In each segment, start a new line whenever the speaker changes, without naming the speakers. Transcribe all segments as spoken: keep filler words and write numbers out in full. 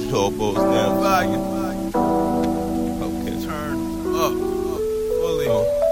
Turbo's now. Fire. Okay. Turn up. Fully.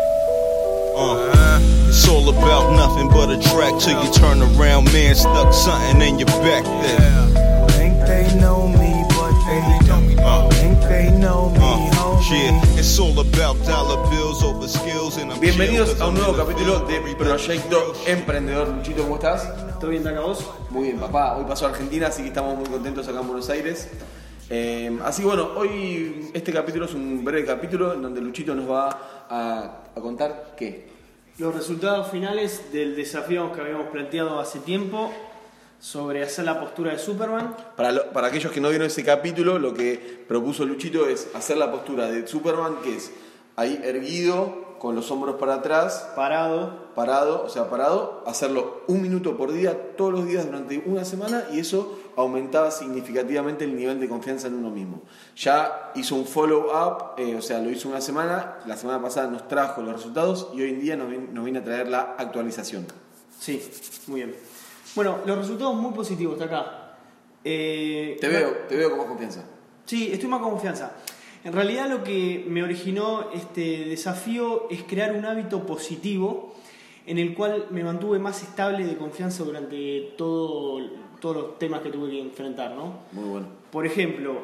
Uh. Uh. It's all about nothing but a track till you turn around, man. Stuck something in your back there.
Think they know me, but they don't. Uh. Think they know me, uh.
Yeah, it's all about dollar bills over skills and I'm
Bienvenidos a un nuevo capítulo de Proyecto Emprendedor. Luchito, ¿cómo estás?
¿Todo bien, Taca, vos?
Muy bien, papá. Hoy pasó a Argentina, así que estamos muy contentos acá en Buenos Aires. Eh, así que bueno, hoy este capítulo es un breve capítulo en donde Luchito nos va a, a contar qué.
Los resultados finales del desafío que habíamos planteado hace tiempo sobre hacer la postura de Superman.
Para, lo, para aquellos que no vieron ese capítulo, lo que propuso Luchito es hacer la postura de Superman, que es ahí erguido, con los hombros para atrás,
Parado.
parado, o sea, parado, hacerlo un minuto por día, todos los días durante una semana, y eso aumentaba significativamente el nivel de confianza en uno mismo. Ya hizo un follow-up, eh, o sea, lo hizo una semana, la semana pasada nos trajo los resultados y hoy en día nos viene, nos viene a traer la actualización.
Sí, muy bien. Bueno, los resultados muy positivos, Taca. Eh,
Te veo, te veo con más confianza.
Sí, estoy más con confianza. En realidad lo que me originó este desafío es crear un hábito positivo en el cual me mantuve más estable de confianza durante todo, todos los temas que tuve que enfrentar, ¿no?
Muy bueno.
Por ejemplo,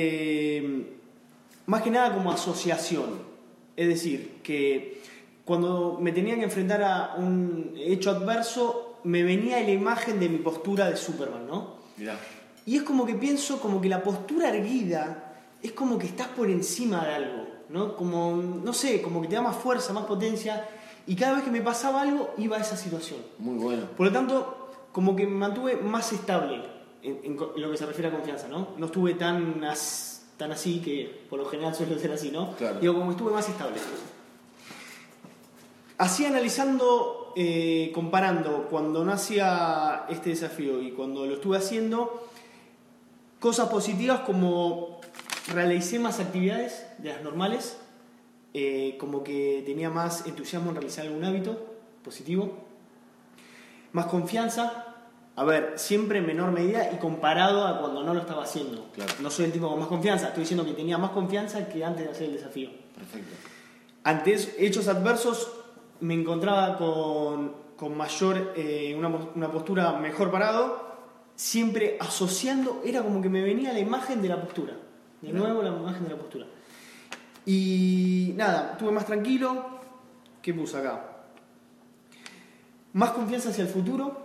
eh, más que nada como asociación. Es decir, que cuando me tenía que enfrentar a un hecho adverso, me venía la imagen de mi postura de Superman, ¿no?
Mirá.
Y es como que pienso como que la postura erguida es como que estás por encima de algo, ¿no? Como, no sé, como que te da más fuerza, más potencia, y cada vez que me pasaba algo, iba a esa situación.
Muy bueno.
Por lo tanto, como que me mantuve más estable en, en, en lo que se refiere a confianza, ¿no? No estuve tan, as, tan así, que por lo general suelo ser así, ¿no?
Claro.
Digo, como estuve más estable. Así analizando, eh, comparando, cuando no hacía este desafío y cuando lo estuve haciendo, cosas positivas como realicé más actividades de las normales, eh, como que tenía más entusiasmo en realizar algún hábito positivo, más confianza, a ver, siempre en menor medida y comparado a cuando no lo estaba haciendo.
Claro.
No soy el tipo con más confianza, estoy diciendo que tenía más confianza que antes de hacer el desafío.
Perfecto.
Ante hechos adversos me encontraba con, con mayor, eh, una, una postura mejor parado, siempre asociando, era como que me venía la imagen de la postura. De nuevo la imagen de la postura. Y nada, estuve más tranquilo. ¿Qué puse acá? Más confianza hacia el futuro.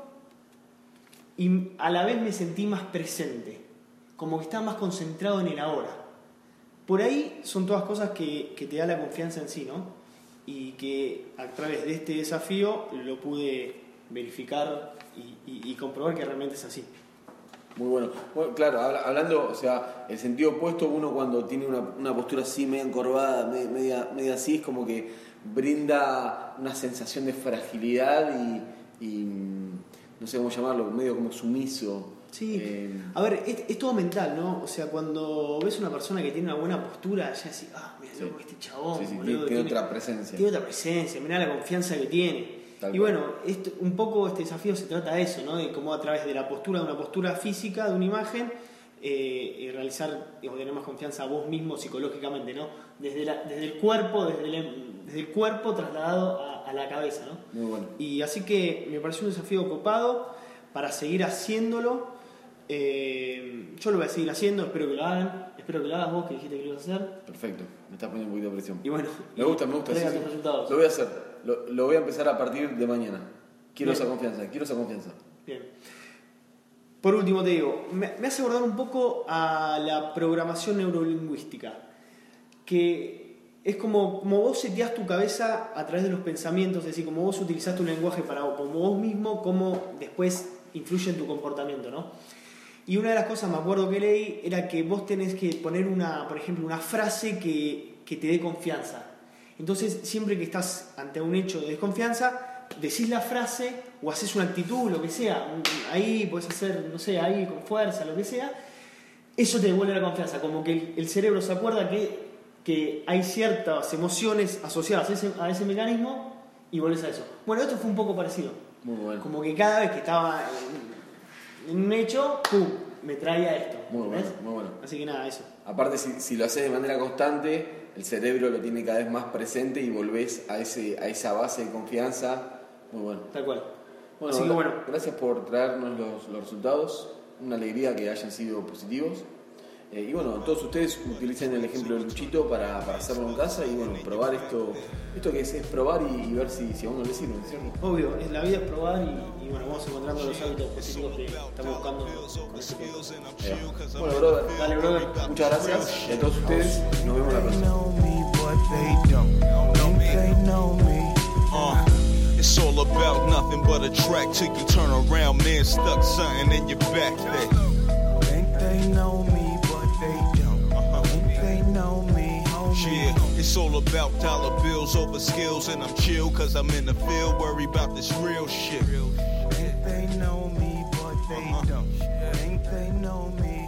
Y a la vez me sentí más presente. Como que estaba más concentrado en el ahora. Por ahí son todas cosas que, que te da la confianza en sí, ¿no? Y que a través de este desafío lo pude verificar y, y, y comprobar que realmente es así.
Muy bueno. Bueno, claro, hablando, o sea, el sentido opuesto, uno cuando tiene una, una postura así, media encorvada, media, media así, es como que brinda una sensación de fragilidad y, y no sé cómo llamarlo, medio como sumiso.
Sí,
eh,
a ver, es, es todo mental, ¿no? O sea, cuando ves una persona que tiene una buena postura, ya decís, ah, mira,
sí.
loco, este chabón,
sí, sí,
boludo,
tiene, tiene otra presencia.
Tiene otra presencia, mirá la confianza que tiene.
Tal
y
cual.
bueno, esto, un poco este desafío se trata de eso, ¿no? De cómo a través de la postura, de una postura física, de una imagen, eh, realizar, digamos, tener más confianza a vos mismo psicológicamente, ¿no? Desde, la, desde el cuerpo, desde el, desde el cuerpo trasladado a, a la cabeza, ¿no?
Muy bueno.
Y así que me pareció un desafío copado para seguir haciéndolo. Eh, yo lo voy a seguir haciendo, espero que lo hagan, espero que lo hagas vos, que dijiste que lo ibas a hacer.
Perfecto, me estás poniendo un poquito de presión.
Y bueno,
me gusta, me gusta. Sí,
traigan
sí.
tus resultados.
Lo voy a hacer, lo, lo voy a empezar a partir de mañana. Quiero
Bien.
esa confianza, quiero esa confianza.
Bien. Por último te digo, me, me hace acordar un poco a la programación neurolingüística, que es como, como vos seteás tu cabeza a través de los pensamientos, es decir, como vos utilizás tu lenguaje para vos, como vos mismo, cómo después influye en tu comportamiento, ¿no? Y una de las cosas, me acuerdo que leí, era que vos tenés que poner una, por ejemplo, una frase que, que te dé confianza. Entonces, siempre que estás ante un hecho de desconfianza, decís la frase o haces una actitud, lo que sea, ahí podés hacer, no sé, ahí con fuerza, lo que sea, eso te devuelve la confianza, como que el, el cerebro se acuerda que, que hay ciertas emociones asociadas a ese, a ese mecanismo y volvés a eso. Bueno, esto fue un poco parecido.
Muy bueno.
Como que cada vez que estaba en, en un hecho, pum, me trae a esto.
Muy bueno,
¿entendés?
muy bueno.
Así que nada, eso.
Aparte, si, si lo haces de manera constante, el cerebro lo tiene cada vez más presente y volvés a, ese, a esa base de confianza. Muy bueno.
Tal cual.
Bueno,
Así que bueno.
Gracias por traernos los, los resultados. Una alegría que hayan sido positivos. Eh, y bueno, todos ustedes utilicen el ejemplo de Luchito para, para hacerlo en casa y bueno, probar esto. Esto que es, es probar y, y ver si, si a uno le sirve, ¿cierto?
Obvio, es la vida es probar y, y bueno, vamos encontrando los hábitos positivos que estamos buscando con este podcast.
Eh, bueno, brother,
Dale, brother.
muchas gracias. Y a todos ustedes, nos vemos la
They
próxima.
know me, but they don't. Think they know me.
Uh, it's all about nothing but a track till you turn around, man, stuck something in your back there.
Think they know me, but they don't. Think they know me, homie.
Yeah, it's all about dollar bills over skills, and I'm chill cause I'm in the field, worry about this real shit.
Think they know me, but they don't. Think they know me,